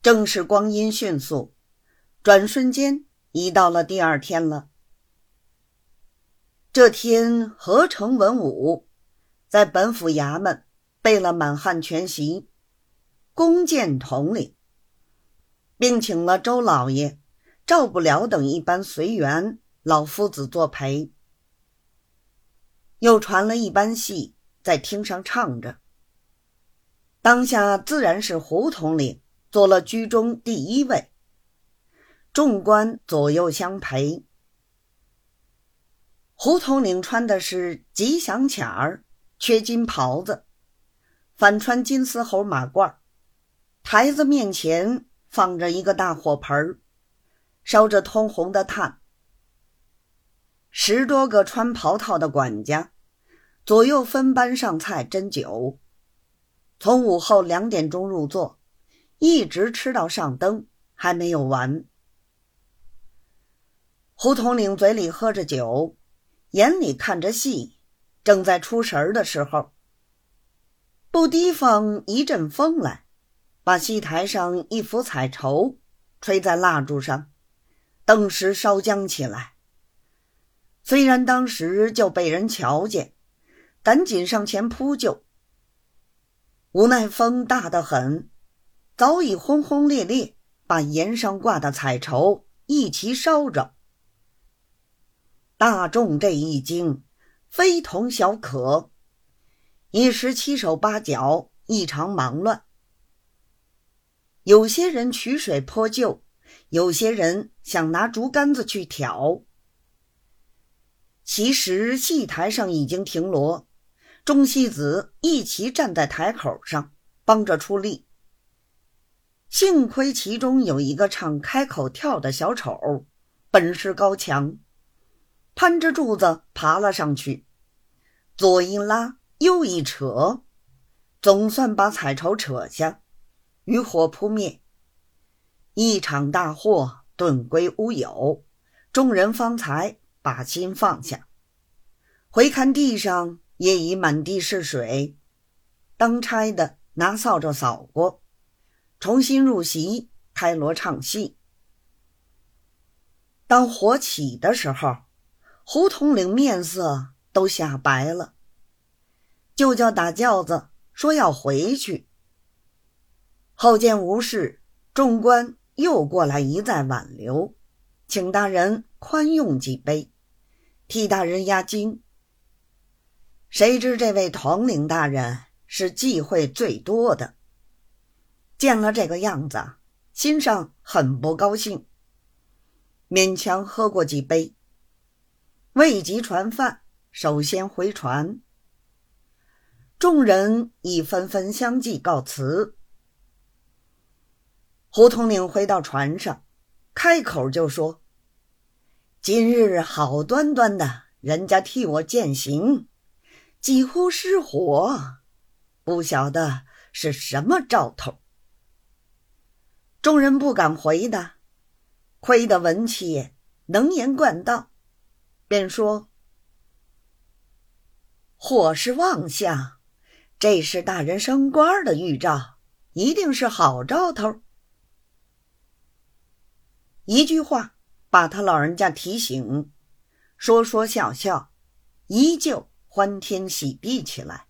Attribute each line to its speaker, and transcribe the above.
Speaker 1: 正是光阴迅速，转瞬间已到了第二天了。这天，何成文武在本府衙门备了满汉全席，恭见统领，并请了周老爷、赵不了等一班随员老夫子作陪，又传了一班戏在厅上唱着。当下自然是胡统领做了居中第一位，众官左右相陪。胡统领穿的是吉祥卡儿缺金袍子，反穿金丝猴马褂，台子面前放着一个大火盆，烧着通红的炭。10多个穿袍套的管家左右分班上菜斟酒，从午后2点钟入座，一直吃到上灯还没有完。胡统领嘴里喝着酒，眼里看着戏，正在出神的时候，不提防一阵风来，把戏台上一幅彩绸吹在蜡烛上，顿时烧僵起来。虽然当时就被人瞧见，赶紧上前扑救，无奈风大得很，早已轰轰烈烈把檐上挂的彩绸一齐烧着。大众这一惊，非同小可，一时七手八脚，异常忙乱。有些人取水泼救，有些人想拿竹竿子去挑。其实戏台上已经停锣，众戏子一齐站在台口上帮着出力。幸亏其中有一个唱开口跳的小丑，本事高强，攀着柱子爬了上去，左一拉右一扯，总算把彩绸扯下，余火扑灭。一场大祸顿归乌有，众人方才把心放下。回看地上也已满地是水，当差的拿扫帚扫过，重新入席开锣唱戏。当火起的时候，胡统领面色都吓白了，就叫打轿子说要回去。后见无事，众官又过来一再挽留，请大人宽用几杯，替大人压惊。谁知这位统领大人是忌讳最多的，见了这个样子，心上很不高兴，勉强喝过几杯，未及传饭，首先回船。众人已纷纷相继告辞。胡统领回到船上，开口就说：今日好端端的人家替我饯行，几乎失火，不晓得是什么兆头。众人不敢回答，亏得文七能言惯道，便说：或是妄想，这是大人升官的预兆，一定是好兆头。一句话把他老人家提醒，说说笑笑，依旧欢天喜地起来。